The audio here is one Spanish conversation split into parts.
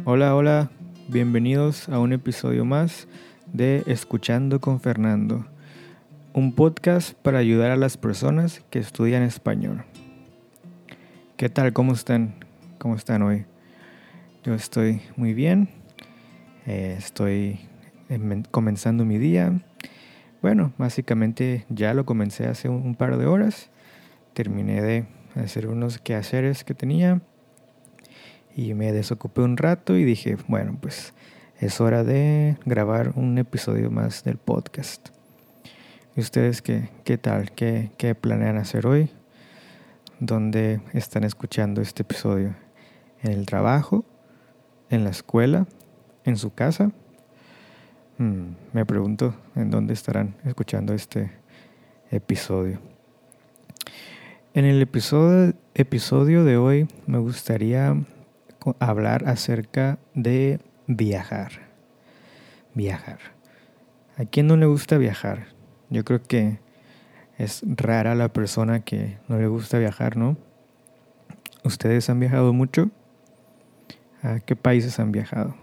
Hola, hola, bienvenidos a un episodio más de Escuchando con Fernando, un podcast para ayudar a las personas que estudian español. ¿Qué tal? ¿Cómo están? ¿Cómo están hoy? Yo estoy muy bien, estoy comenzando mi día. Bueno, básicamente ya lo comencé hace un par de horas, terminé de hacer unos quehaceres que tenía y me desocupé un rato y dije, bueno, pues es hora de grabar un episodio más del podcast. ¿Y ustedes qué tal? ¿Qué planean hacer hoy? ¿Dónde están escuchando este episodio? ¿En el trabajo? ¿En la escuela? ¿En su casa? Me pregunto en dónde estarán escuchando este episodio. En el episodio de hoy me gustaría hablar acerca de viajar. Viajar. ¿A quién no le gusta viajar? Yo creo que es rara la persona que no le gusta viajar, ¿no? ¿Ustedes han viajado mucho? ¿A qué países han viajado?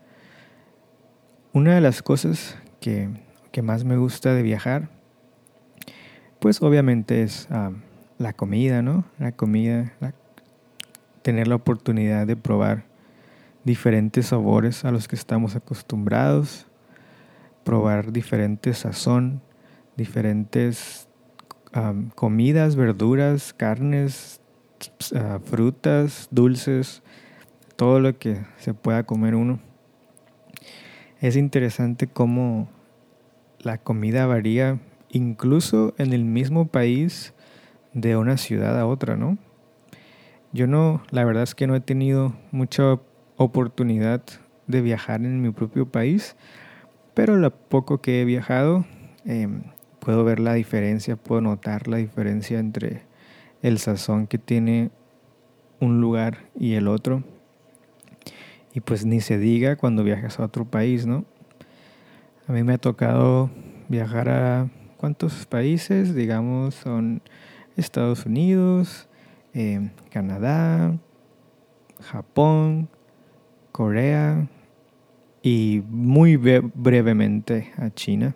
Una de las cosas que más me gusta de viajar, pues obviamente es la comida, ¿no? La comida, tener la oportunidad de probar diferentes sabores a los que estamos acostumbrados, probar diferentes sazón, diferentes comidas, verduras, carnes, frutas, dulces, todo lo que se pueda comer uno. Es interesante cómo la comida varía incluso en el mismo país de una ciudad a otra, ¿no? La verdad es que no he tenido mucha oportunidad de viajar en mi propio país, pero lo poco que he viajado, puedo ver la diferencia, puedo notar la diferencia entre el sazón que tiene un lugar y el otro. Y pues ni se diga cuando viajas a otro país, ¿no? A mí me ha tocado viajar a ¿cuántos países? Digamos, son Estados Unidos, Canadá, Japón, Corea y muy brevemente a China.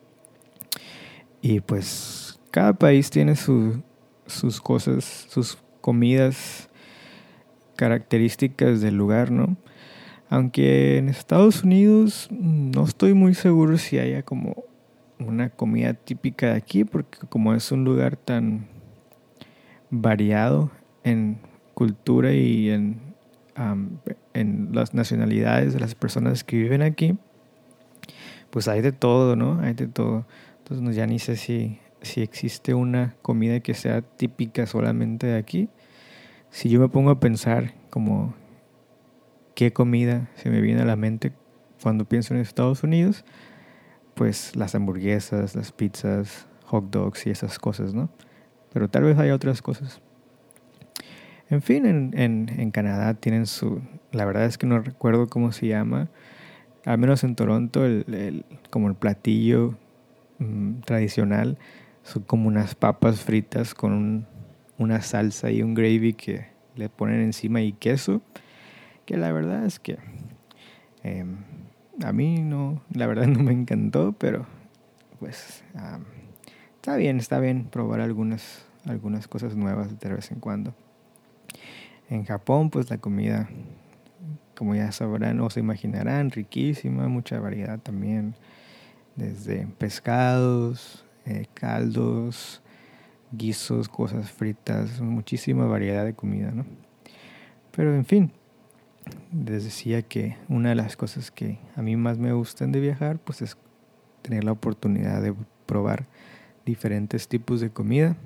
Y pues cada país tiene sus cosas, sus comidas características del lugar, ¿no? Aunque en Estados Unidos no estoy muy seguro si haya como una comida típica de aquí, porque como es un lugar tan variado en cultura y en las nacionalidades de las personas que viven aquí, pues hay de todo, ¿no? Hay de todo. Entonces ya ni sé si existe una comida que sea típica solamente de aquí. Si yo me pongo a pensar como qué comida se me viene a la mente cuando pienso en Estados Unidos, pues las hamburguesas, las pizzas, hot dogs y esas cosas, ¿no? Pero tal vez haya otras cosas. En fin, en Canadá tienen la verdad es que no recuerdo cómo se llama, al menos en Toronto, como el platillo tradicional, son como unas papas fritas con una salsa y un gravy que le ponen encima y queso, que la verdad es que eh, a mí no, la verdad no me encantó, pero pues está bien probar algunas cosas nuevas de vez en cuando. En Japón, pues la comida, como ya sabrán o se imaginarán, riquísima, mucha variedad también, desde pescados, caldos, guisos, cosas fritas, muchísima variedad de comida, ¿no? Pero en fin, les decía que una de las cosas que a mí más me gustan de viajar, pues es tener la oportunidad de probar diferentes tipos de comida.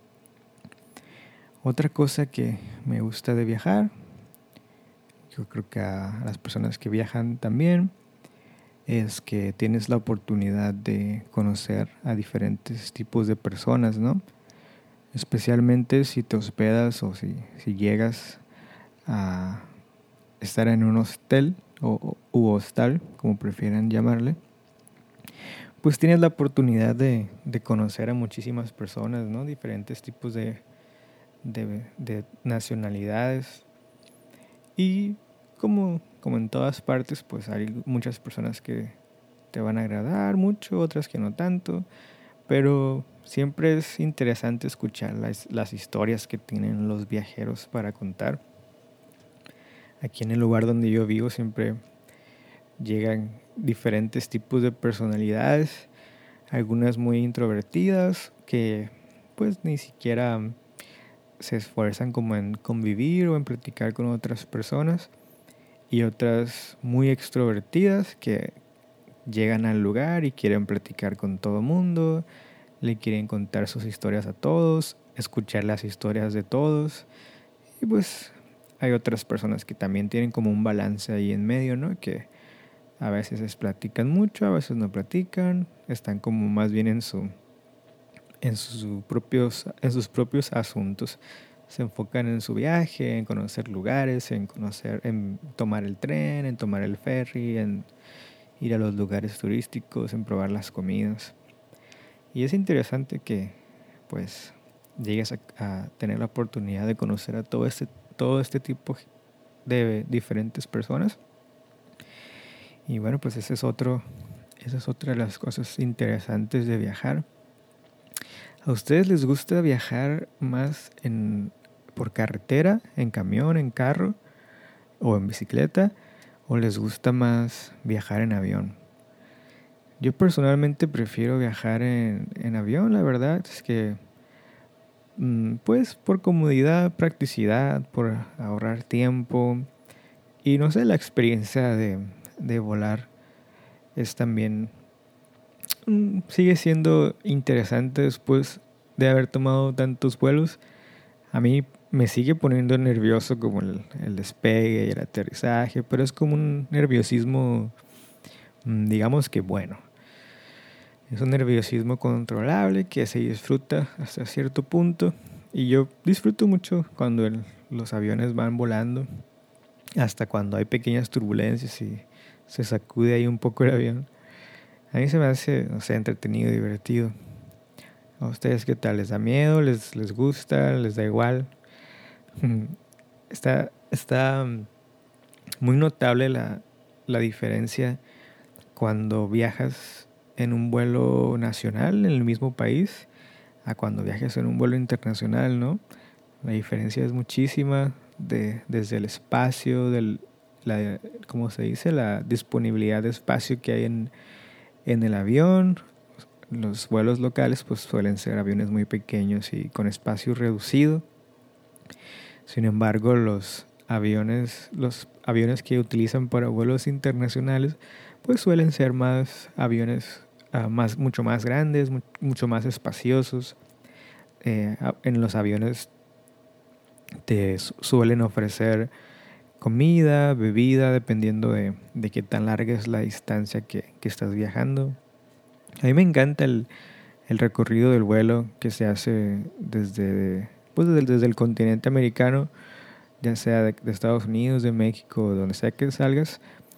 Otra cosa que me gusta de viajar, yo creo que a las personas que viajan también, es que tienes la oportunidad de conocer a diferentes tipos de personas, ¿no? Especialmente si te hospedas o si llegas a estar en un hostel u hostal, como prefieran llamarle, pues tienes la oportunidad de conocer a muchísimas personas, ¿no? Diferentes tipos de nacionalidades. Y como como en todas partes, pues hay muchas personas que te van a agradar mucho, otras que no tanto, pero siempre es interesante escuchar las historias que tienen los viajeros para contar. Aquí en el lugar donde yo vivo siempre llegan diferentes tipos de personalidades, algunas muy introvertidas que pues ni siquiera se esfuerzan como en convivir o en platicar con otras personas, y otras muy extrovertidas que llegan al lugar y quieren platicar con todo el mundo, le quieren contar sus historias a todos, escuchar las historias de todos. Y pues hay otras personas que también tienen como un balance ahí en medio, ¿no? Que a veces platican mucho, a veces no platican, están como más bien en sus propios asuntos. Se enfocan en su viaje, en conocer lugares, en tomar el tren, en tomar el ferry, en ir a los lugares turísticos, en probar las comidas. Y es interesante que pues llegues a tener la oportunidad de conocer a todo este tipo de diferentes personas. Y bueno, pues esa es otra de las cosas interesantes de viajar. ¿A ustedes les gusta viajar más por carretera, en camión, en carro o en bicicleta? ¿O les gusta más viajar en avión? Yo personalmente prefiero viajar en avión, la verdad es que pues por comodidad, practicidad, por ahorrar tiempo y no sé, la experiencia de volar es también sigue siendo interesante después de haber tomado tantos vuelos. A mí me sigue poniendo nervioso como el despegue y el aterrizaje, pero es como un nerviosismo, digamos que bueno. Es un nerviosismo controlable que se disfruta hasta cierto punto. Y yo disfruto mucho cuando los aviones van volando, hasta cuando hay pequeñas turbulencias y se sacude ahí un poco el avión. A mí se me hace, no sé, entretenido y divertido. ¿A ustedes qué tal? ¿Les da miedo? ¿Les gusta? ¿Les da igual? Está muy notable la diferencia cuando viajas en un vuelo nacional en el mismo país a cuando viajas en un vuelo internacional, ¿no? La diferencia es muchísima desde el espacio, ¿cómo se dice? La disponibilidad de espacio que hay en el avión. Los vuelos locales pues suelen ser aviones muy pequeños y con espacio reducido. Sin embargo, los aviones que utilizan para vuelos internacionales pues suelen ser más aviones mucho más grandes, mucho más espaciosos. En los aviones te suelen ofrecer comida, bebida, dependiendo de qué tan larga es la distancia que estás viajando. A mí me encanta el recorrido del vuelo que se hace desde el continente americano, ya sea de Estados Unidos, de México, donde sea que salgas,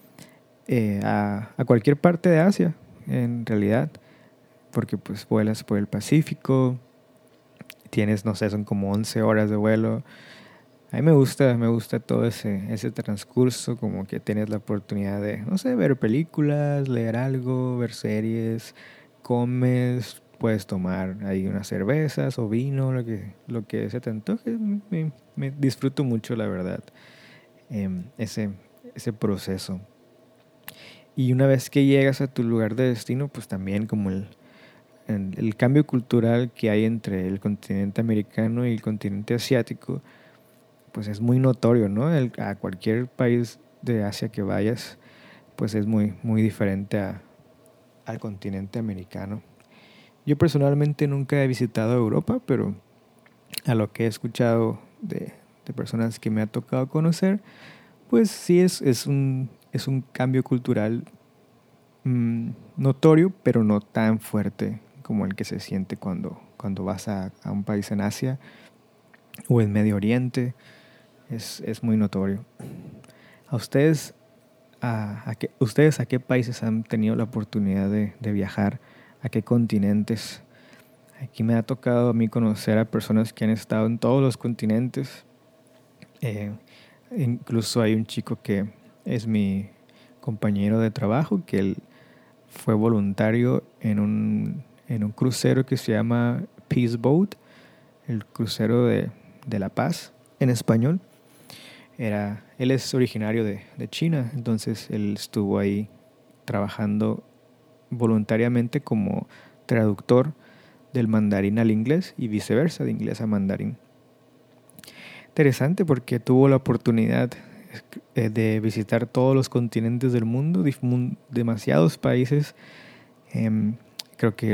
a cualquier parte de Asia, en realidad, porque pues vuelas por el Pacífico, tienes, no sé, son como 11 horas de vuelo. A mí me gusta todo ese transcurso, como que tienes la oportunidad de, no sé, ver películas, leer algo, ver series, comes, puedes tomar ahí unas cervezas o vino, lo que se te antoje. Me disfruto mucho, la verdad, ese proceso. Y una vez que llegas a tu lugar de destino, pues también como el cambio cultural que hay entre el continente americano y el continente asiático, pues es muy notorio, ¿no? A cualquier país de Asia que vayas, pues es muy, muy diferente al continente americano. Yo personalmente nunca he visitado Europa, pero a lo que he escuchado de personas que me ha tocado conocer, pues sí es un cambio cultural notorio, pero no tan fuerte como el que se siente cuando vas a un país en Asia o en Medio Oriente. Es muy notorio. ¿A ustedes, ustedes a qué países han tenido la oportunidad de viajar? ¿A qué continentes? Aquí me ha tocado a mí conocer a personas que han estado en todos los continentes. Incluso hay un chico que es mi compañero de trabajo, que él fue voluntario en un crucero que se llama Peace Boat, el crucero de la paz en español. Él es originario de China, entonces él estuvo ahí trabajando voluntariamente como traductor del mandarín al inglés y viceversa, de inglés a mandarín. Interesante porque tuvo la oportunidad de visitar todos los continentes del mundo, demasiados países. Creo que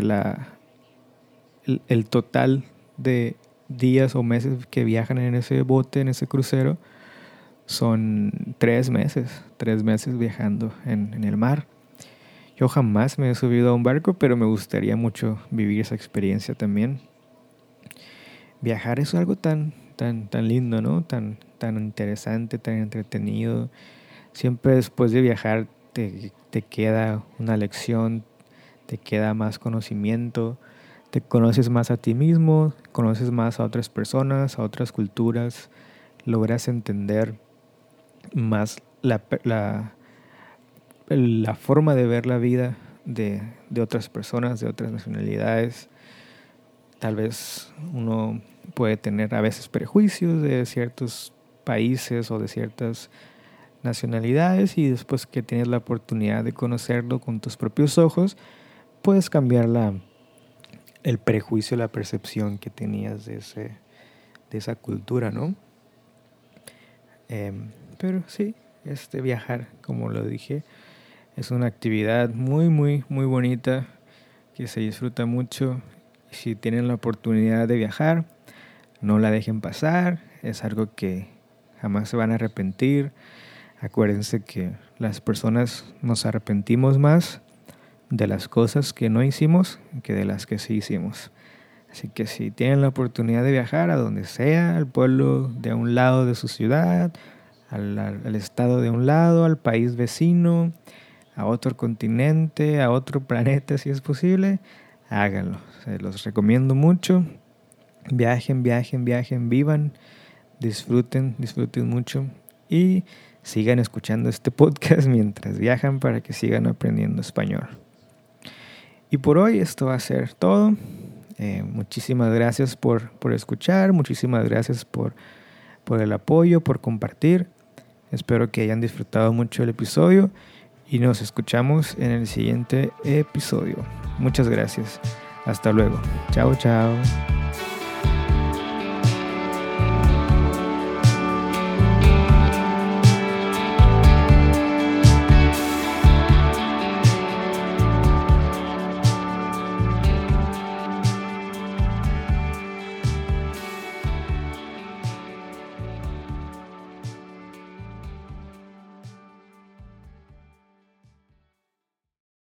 el total de días o meses que viajan en ese bote, en ese crucero, son 3 meses viajando en el mar. Yo jamás me he subido a un barco, pero me gustaría mucho vivir esa experiencia también. Viajar es algo tan lindo, ¿no? Tan interesante, tan entretenido. Siempre después de viajar te queda una lección, te queda más conocimiento, te conoces más a ti mismo, conoces más a otras personas, a otras culturas, logras entender más la forma de ver la vida de otras personas, de otras nacionalidades. Tal vez uno puede tener a veces prejuicios de ciertos países o de ciertas nacionalidades, y después que tienes la oportunidad de conocerlo con tus propios ojos, puedes cambiar el prejuicio, la percepción que tenías de esa cultura, ¿no? Pero sí, viajar, como lo dije, es una actividad muy, muy, muy bonita que se disfruta mucho. Si tienen la oportunidad de viajar, no la dejen pasar. Es algo que jamás se van a arrepentir. Acuérdense que las personas nos arrepentimos más de las cosas que no hicimos que de las que sí hicimos. Así que si tienen la oportunidad de viajar a donde sea, al pueblo de un lado de su ciudad, al estado de un lado, al país vecino, a otro continente, a otro planeta si es posible, háganlo. Se los recomiendo mucho. Viajen, vivan, disfruten mucho y sigan escuchando este podcast mientras viajan para que sigan aprendiendo español. Y por hoy esto va a ser todo. Muchísimas gracias por escuchar, muchísimas gracias por el apoyo, por compartir. Espero que hayan disfrutado mucho el episodio y nos escuchamos en el siguiente episodio. Muchas gracias. Hasta luego. Chao, chao.